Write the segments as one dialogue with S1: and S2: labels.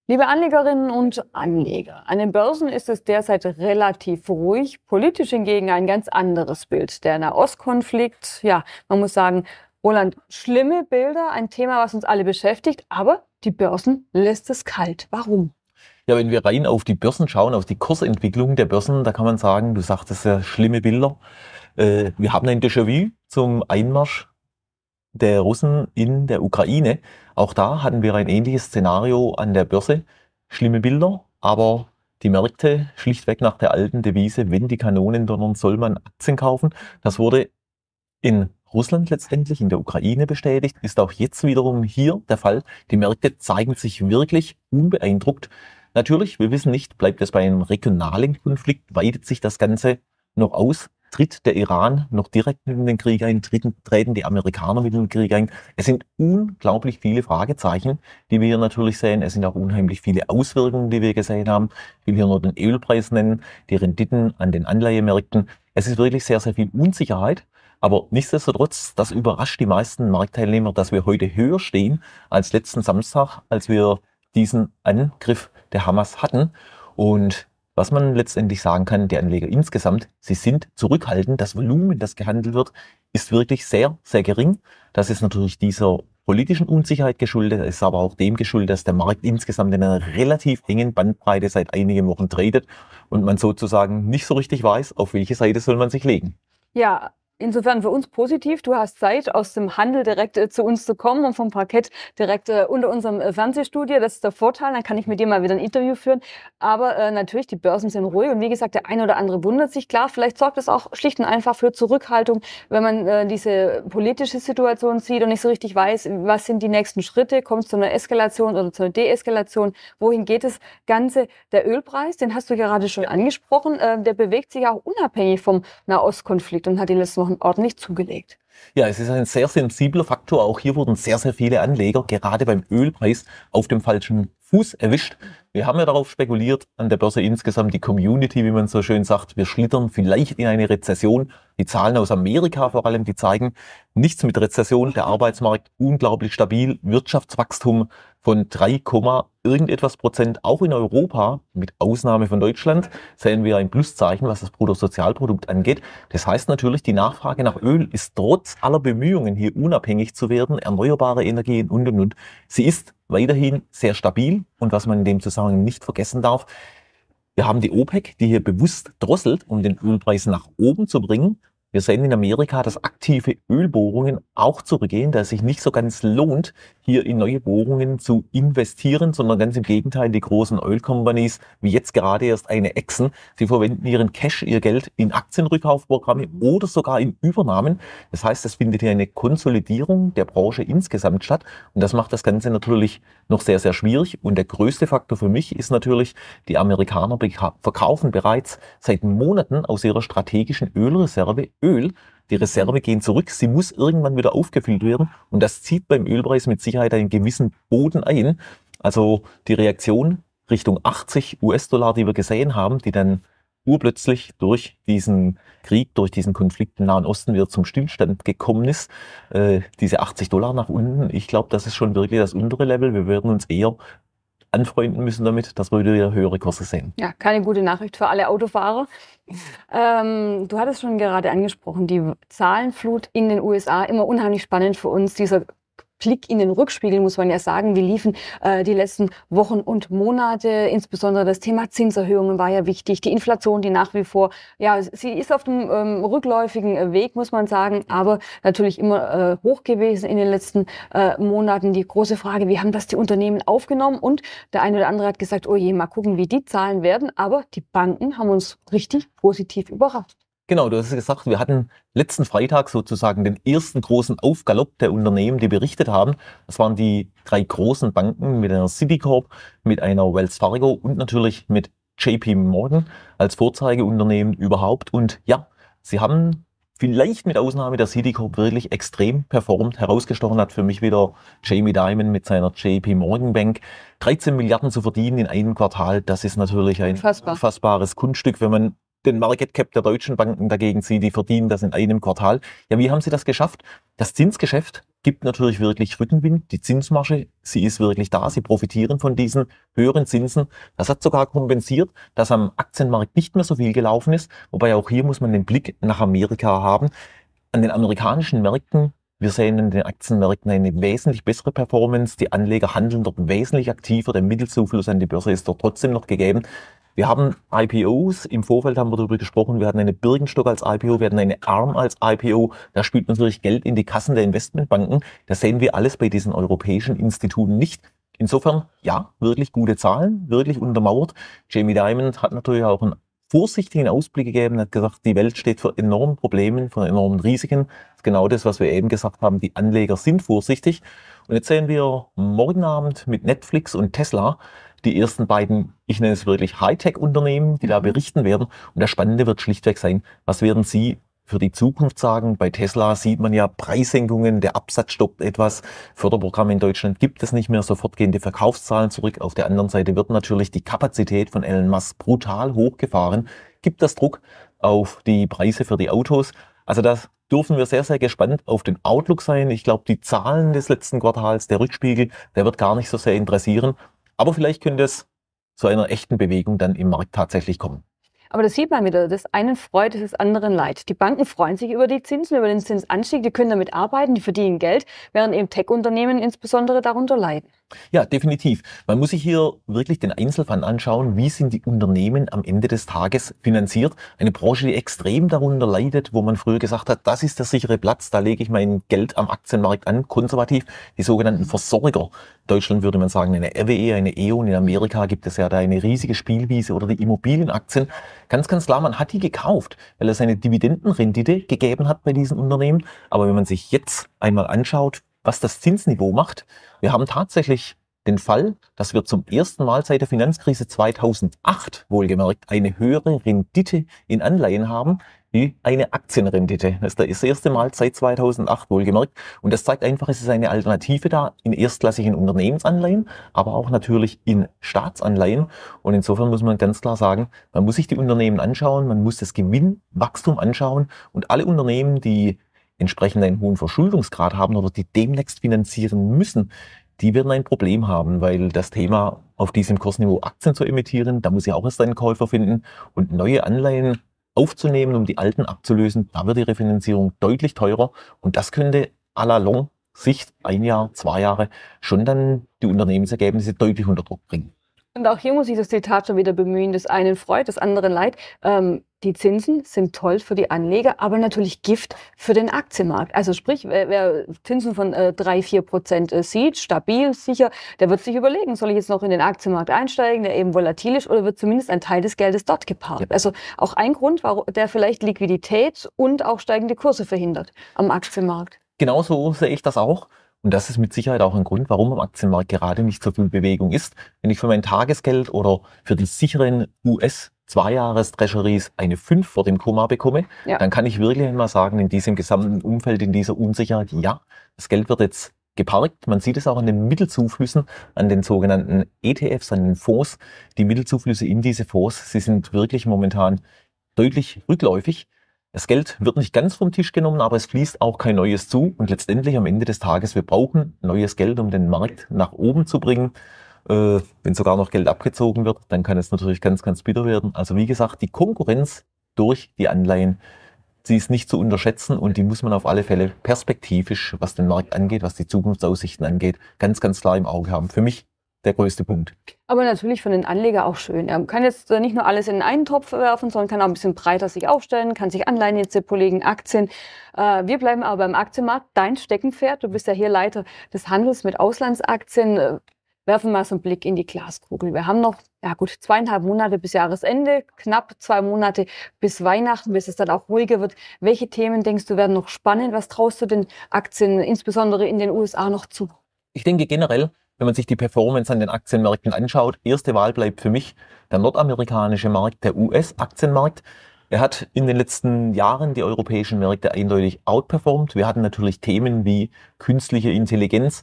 S1: Liebe Anlegerinnen und Anleger, an den Börsen ist es derzeit relativ ruhig. Politisch hingegen ein ganz anderes Bild. Der Nahostkonflikt, ja, man muss sagen, Roland, schlimme Bilder, ein Thema, was uns alle beschäftigt, aber die Börsen lässt es kalt. Warum?
S2: Ja, wenn wir rein auf die Börsen schauen, auf die Kursentwicklung der Börsen, da kann man sagen, du sagtest ja, schlimme Bilder. Wir haben ein Déjà-vu zum Einmarsch der Russen in der Ukraine. Auch da hatten wir ein ähnliches Szenario an der Börse. Schlimme Bilder, aber die Märkte schlichtweg nach der alten Devise, wenn die Kanonen donnern, soll man Aktien kaufen. Das wurde in Russland letztendlich, in der Ukraine bestätigt, ist auch jetzt wiederum hier der Fall. Die Märkte zeigen sich wirklich unbeeindruckt. Natürlich, wir wissen nicht, bleibt es bei einem regionalen Konflikt, weitet sich das Ganze noch aus? Tritt der Iran noch direkt in den Krieg ein? Treten die Amerikaner mit in den Krieg ein? Es sind unglaublich viele Fragezeichen, die wir hier natürlich sehen. Es sind auch unheimlich viele Auswirkungen, die wir gesehen haben. Ich will hier nur den Ölpreis nennen, die Renditen an den Anleihemärkten. Es ist wirklich sehr, sehr viel Unsicherheit. Aber nichtsdestotrotz, das überrascht die meisten Marktteilnehmer, dass wir heute höher stehen als letzten Samstag, als wir diesen Angriff der Hamas hatten. Und was man letztendlich sagen kann, die Anleger insgesamt, sie sind zurückhaltend. Das Volumen, das gehandelt wird, ist wirklich sehr, sehr gering. Das ist natürlich dieser politischen Unsicherheit geschuldet, ist aber auch dem geschuldet, dass der Markt insgesamt in einer relativ engen Bandbreite seit einigen Wochen tradet und man sozusagen nicht so richtig weiß, auf welche Seite soll man sich legen.
S1: Ja, insofern für uns positiv. Du hast Zeit, aus dem Handel direkt zu uns zu kommen und vom Parkett direkt unter unserem Fernsehstudio. Das ist der Vorteil. Dann kann ich mit dir mal wieder ein Interview führen. Aber natürlich, die Börsen sind ruhig. Und wie gesagt, der eine oder andere wundert sich. Klar, vielleicht sorgt es auch schlicht und einfach für Zurückhaltung, wenn man diese politische Situation sieht und nicht so richtig weiß, was sind die nächsten Schritte. Kommt es zu einer Eskalation oder zu einer Deeskalation? Wohin geht das Ganze? Der Ölpreis, den hast du gerade schon angesprochen, der bewegt sich auch unabhängig vom Nahostkonflikt und hat in den letzten Wochen ordentlich zugelegt.
S2: Ja, es ist ein sehr sensibler Faktor. Auch hier wurden sehr, sehr viele Anleger gerade beim Ölpreis auf dem falschen Fuß erwischt. Wir haben ja darauf spekuliert, an der Börse insgesamt, die Community, wie man so schön sagt, wir schlittern vielleicht in eine Rezession. Die Zahlen aus Amerika vor allem, die zeigen nichts mit Rezession. Der Arbeitsmarkt unglaublich stabil, Wirtschaftswachstum von 3, irgendetwas Prozent. Auch in Europa, mit Ausnahme von Deutschland, sehen wir ein Pluszeichen, was das Bruttosozialprodukt angeht. Das heißt natürlich, die Nachfrage nach Öl ist trotz aller Bemühungen, hier unabhängig zu werden, erneuerbare Energien und. Sie ist weiterhin sehr stabil. Und was man in dem Zusammenhang nicht vergessen darf, wir haben die OPEC, die hier bewusst drosselt, um den Ölpreis nach oben zu bringen. Wir sehen in Amerika, dass aktive Ölbohrungen auch zurückgehen, dass es sich nicht so ganz lohnt, hier in neue Bohrungen zu investieren, sondern ganz im Gegenteil, die großen Oil Companies, wie jetzt gerade erst eine Exxon, sie verwenden ihren Cash, ihr Geld in Aktienrückkaufprogramme oder sogar in Übernahmen. Das heißt, es findet hier eine Konsolidierung der Branche insgesamt statt und das macht das Ganze natürlich noch sehr, sehr schwierig. Und der größte Faktor für mich ist natürlich, die Amerikaner verkaufen bereits seit Monaten aus ihrer strategischen Ölreserve Öl. Die Reserve gehen zurück, sie muss irgendwann wieder aufgefüllt werden und das zieht beim Ölpreis mit Sicherheit einen gewissen Boden ein. Also die Reaktion Richtung 80 US-Dollar, die wir gesehen haben, die dann urplötzlich durch diesen Krieg, durch diesen Konflikt im Nahen Osten wieder zum Stillstand gekommen ist. Diese 80 Dollar nach unten, ich glaube, das ist schon wirklich das untere Level. Wir werden uns eher anfreunden müssen damit, dass wir wieder höhere Kurse sehen.
S1: Ja, keine gute Nachricht für alle Autofahrer. Du hattest schon gerade angesprochen, die Zahlenflut in den USA, immer unheimlich spannend für uns, dieser Blick in den Rückspiegel, muss man ja sagen. Wie liefen die letzten Wochen und Monate? Insbesondere das Thema Zinserhöhungen war ja wichtig. Die Inflation, die nach wie vor, ja, sie ist auf dem rückläufigen Weg, muss man sagen, aber natürlich immer hoch gewesen in den letzten Monaten. Die große Frage, wie haben das die Unternehmen aufgenommen? Und der eine oder andere hat gesagt, oh je, mal gucken, wie die Zahlen werden. Aber die Banken haben uns richtig positiv überrascht.
S2: Genau, du hast gesagt, wir hatten letzten Freitag sozusagen den ersten großen Aufgalopp der Unternehmen, die berichtet haben. Das waren die 3 großen Banken mit einer Citicorp, mit einer Wells Fargo und natürlich mit JP Morgan als Vorzeigeunternehmen überhaupt. Und ja, sie haben vielleicht mit Ausnahme der Citicorp wirklich extrem performt. Herausgestochen hat für mich wieder Jamie Dimon mit seiner JP Morgan Bank. 13 Milliarden zu verdienen in einem Quartal, das ist natürlich ein unfassbares Kunststück, wenn man den Market Cap der deutschen Banken dagegen sieht, die verdienen das in einem Quartal. Ja, wie haben sie das geschafft? Das Zinsgeschäft gibt natürlich wirklich Rückenwind. Die Zinsmarge, sie ist wirklich da. Sie profitieren von diesen höheren Zinsen. Das hat sogar kompensiert, dass am Aktienmarkt nicht mehr so viel gelaufen ist. Wobei auch hier muss man den Blick nach Amerika haben. An den amerikanischen Märkten, wir sehen in den Aktienmärkten eine wesentlich bessere Performance. Die Anleger handeln dort wesentlich aktiver. Der Mittelzufluss an die Börse ist dort trotzdem noch gegeben. Wir haben IPOs, im Vorfeld haben wir darüber gesprochen, wir hatten eine Birkenstock als IPO, wir hatten eine ARM als IPO, da spielt natürlich Geld in die Kassen der Investmentbanken. Das sehen wir alles bei diesen europäischen Instituten nicht. Insofern, ja, wirklich gute Zahlen, wirklich untermauert. Jamie Dimon hat natürlich auch einen vorsichtigen Ausblick gegeben, hat gesagt, die Welt steht vor enormen Problemen, vor enormen Risiken. Das ist genau das, was wir eben gesagt haben, die Anleger sind vorsichtig. Und jetzt sehen wir morgen Abend mit Netflix und Tesla die ersten beiden, ich nenne es wirklich Hightech-Unternehmen, die da berichten werden. Und das Spannende wird schlichtweg sein, was werden Sie für die Zukunft sagen? Bei Tesla sieht man ja Preissenkungen, der Absatz stoppt etwas, Förderprogramme in Deutschland gibt es nicht mehr, sofort gehen die Verkaufszahlen zurück. Auf der anderen Seite wird natürlich die Kapazität von Elon Musk brutal hochgefahren, gibt das Druck auf die Preise für die Autos. Also das dürfen wir sehr, sehr gespannt auf den Outlook sein. Ich glaube, die Zahlen des letzten Quartals, der Rückspiegel, der wird gar nicht so sehr interessieren. Aber vielleicht könnte es zu einer echten Bewegung dann im Markt tatsächlich kommen.
S1: Aber das sieht man wieder, das einen freut, das ist anderen leid. Die Banken freuen sich über die Zinsen, über den Zinsanstieg, die können damit arbeiten, die verdienen Geld, während eben Tech-Unternehmen insbesondere darunter leiden.
S2: Ja, definitiv. Man muss sich hier wirklich den Einzelfall anschauen, wie sind die Unternehmen am Ende des Tages finanziert. Eine Branche, die extrem darunter leidet, wo man früher gesagt hat, das ist der sichere Platz, da lege ich mein Geld am Aktienmarkt an, konservativ. Die sogenannten Versorger. In Deutschland würde man sagen, eine RWE, eine E.ON. In Amerika gibt es ja da eine riesige Spielwiese oder die Immobilienaktien. Ganz, ganz klar, man hat die gekauft, weil es eine Dividendenrendite gegeben hat bei diesen Unternehmen. Aber wenn man sich jetzt einmal anschaut, was das Zinsniveau macht. Wir haben tatsächlich den Fall, dass wir zum ersten Mal seit der Finanzkrise 2008 wohlgemerkt eine höhere Rendite in Anleihen haben wie eine Aktienrendite. Das ist das erste Mal seit 2008 wohlgemerkt. Und das zeigt einfach, es ist eine Alternative da in erstklassigen Unternehmensanleihen, aber auch natürlich in Staatsanleihen. Und insofern muss man ganz klar sagen, man muss sich die Unternehmen anschauen, man muss das Gewinnwachstum anschauen und alle Unternehmen, die entsprechend einen hohen Verschuldungsgrad haben oder die demnächst finanzieren müssen, die werden ein Problem haben, weil das Thema auf diesem Kursniveau Aktien zu emittieren, da muss ich auch erst einen Käufer finden und neue Anleihen aufzunehmen, um die alten abzulösen, da wird die Refinanzierung deutlich teurer und das könnte à la long Sicht, 1 Jahr, 2 Jahre, schon dann die Unternehmensergebnisse deutlich unter Druck bringen.
S1: Und auch hier muss ich das Zitat schon wieder bemühen, das einen freut, das anderen leid. Die Zinsen sind toll für die Anleger, aber natürlich Gift für den Aktienmarkt. Also sprich, wer Zinsen von 3-4% sieht, stabil, sicher, der wird sich überlegen, soll ich jetzt noch in den Aktienmarkt einsteigen, der eben volatil ist, oder wird zumindest ein Teil des Geldes dort geparkt. Ja. Also auch ein Grund, warum der vielleicht Liquidität und auch steigende Kurse verhindert am Aktienmarkt.
S2: Genauso sehe ich das auch. Und das ist mit Sicherheit auch ein Grund, warum am Aktienmarkt gerade nicht so viel Bewegung ist. Wenn ich für mein Tagesgeld oder für die sicheren US-2-Jahres-Treasuries eine 5 vor dem Komma bekomme, dann kann ich wirklich einmal sagen, in diesem gesamten Umfeld, in dieser Unsicherheit, ja, das Geld wird jetzt geparkt. Man sieht es auch an den Mittelzuflüssen, an den sogenannten ETFs, an den Fonds. Die Mittelzuflüsse in diese Fonds, sie sind wirklich momentan deutlich rückläufig. Das Geld wird nicht ganz vom Tisch genommen, aber es fließt auch kein neues zu. Und letztendlich am Ende des Tages, wir brauchen neues Geld, um den Markt nach oben zu bringen. Wenn sogar noch Geld abgezogen wird, dann kann es natürlich ganz, ganz bitter werden. Also wie gesagt, die Konkurrenz durch die Anleihen, sie ist nicht zu unterschätzen und die muss man auf alle Fälle perspektivisch, was den Markt angeht, was die Zukunftsaussichten angeht, ganz, ganz klar im Auge haben. Für mich der größte Punkt.
S1: Aber natürlich für den Anleger auch schön. Er kann jetzt nicht nur alles in einen Topf werfen, sondern kann auch ein bisschen breiter sich aufstellen, kann sich Anleihen jetzt depolegen, Aktien. Wir bleiben aber beim Aktienmarkt. Dein Steckenpferd, du bist ja hier Leiter des Handels mit Auslandsaktien. Werfen wir mal so einen Blick in die Glaskugel. Wir haben noch, 2,5 Monate bis Jahresende, knapp 2 Monate bis Weihnachten, bis es dann auch ruhiger wird. Welche Themen denkst du werden noch spannend? Was traust du den Aktien, insbesondere in den USA, noch zu?
S2: Ich denke generell, wenn man sich die Performance an den Aktienmärkten anschaut, erste Wahl bleibt für mich der nordamerikanische Markt, der US-Aktienmarkt. Er hat in den letzten Jahren die europäischen Märkte eindeutig outperformt. Wir hatten natürlich Themen wie künstliche Intelligenz,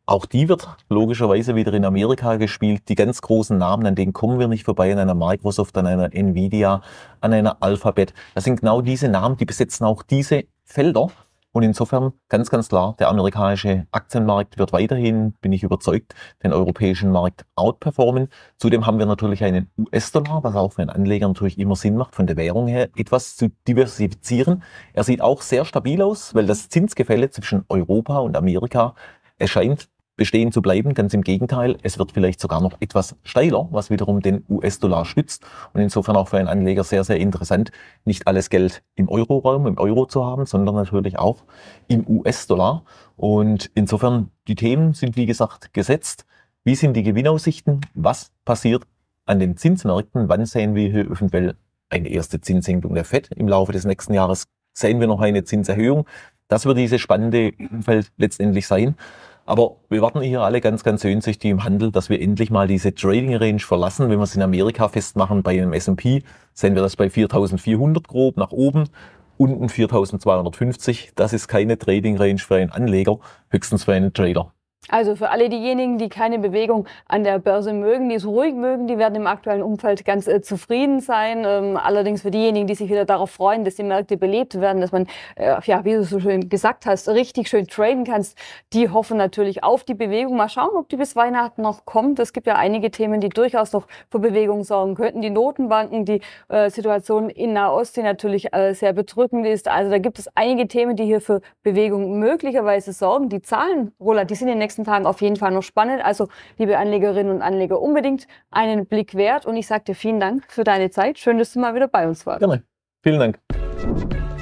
S2: Auch die wird logischerweise wieder in Amerika gespielt. Die ganz großen Namen, an denen kommen wir nicht vorbei, an einer Microsoft, an einer Nvidia, an einer Alphabet. Das sind genau diese Namen, die besetzen auch diese Felder. Und insofern ganz, ganz klar, der amerikanische Aktienmarkt wird weiterhin, bin ich überzeugt, den europäischen Markt outperformen. Zudem haben wir natürlich einen US-Dollar, was auch für einen Anleger natürlich immer Sinn macht, von der Währung her etwas zu diversifizieren. Er sieht auch sehr stabil aus, weil das Zinsgefälle zwischen Europa und Amerika erscheint bestehen zu bleiben. Ganz im Gegenteil, es wird vielleicht sogar noch etwas steiler, was wiederum den US-Dollar stützt und insofern auch für einen Anleger sehr, sehr interessant, nicht alles Geld im Euroraum, im Euro zu haben, sondern natürlich auch im US-Dollar. Und insofern, die Themen sind wie gesagt gesetzt. Wie sind die Gewinnaussichten? Was passiert an den Zinsmärkten? Wann sehen wir hier eventuell eine erste Zinssenkung der FED? Im Laufe des nächsten Jahres sehen wir noch eine Zinserhöhung. Das wird diese spannende Umfeld letztendlich sein. Aber wir warten hier alle ganz, ganz sehnsüchtig im Handel, dass wir endlich mal diese Trading Range verlassen. Wenn wir es in Amerika festmachen, bei einem S&P, sehen wir das bei 4.400 grob nach oben, unten 4.250. Das ist keine Trading Range für einen Anleger, höchstens für einen Trader.
S1: Also für alle diejenigen, die keine Bewegung an der Börse mögen, die es ruhig mögen, die werden im aktuellen Umfeld ganz zufrieden sein. Allerdings für diejenigen, die sich wieder darauf freuen, dass die Märkte belebt werden, dass man, ja, wie du so schön gesagt hast, richtig schön traden kannst, die hoffen natürlich auf die Bewegung. Mal schauen, ob die bis Weihnachten noch kommt. Es gibt ja einige Themen, die durchaus noch für Bewegung sorgen könnten. Die Notenbanken, die Situation in Nahost, die natürlich sehr bedrückend ist. Also da gibt es einige Themen, die hier für Bewegung möglicherweise sorgen. Die Zahlen, Roland, die sind in den nächsten Tagen auf jeden Fall noch spannend. Also, liebe Anlegerinnen und Anleger, unbedingt einen Blick wert. Und ich sage dir vielen Dank für deine Zeit. Schön, dass du mal wieder bei uns warst.
S2: Gerne. Vielen Dank.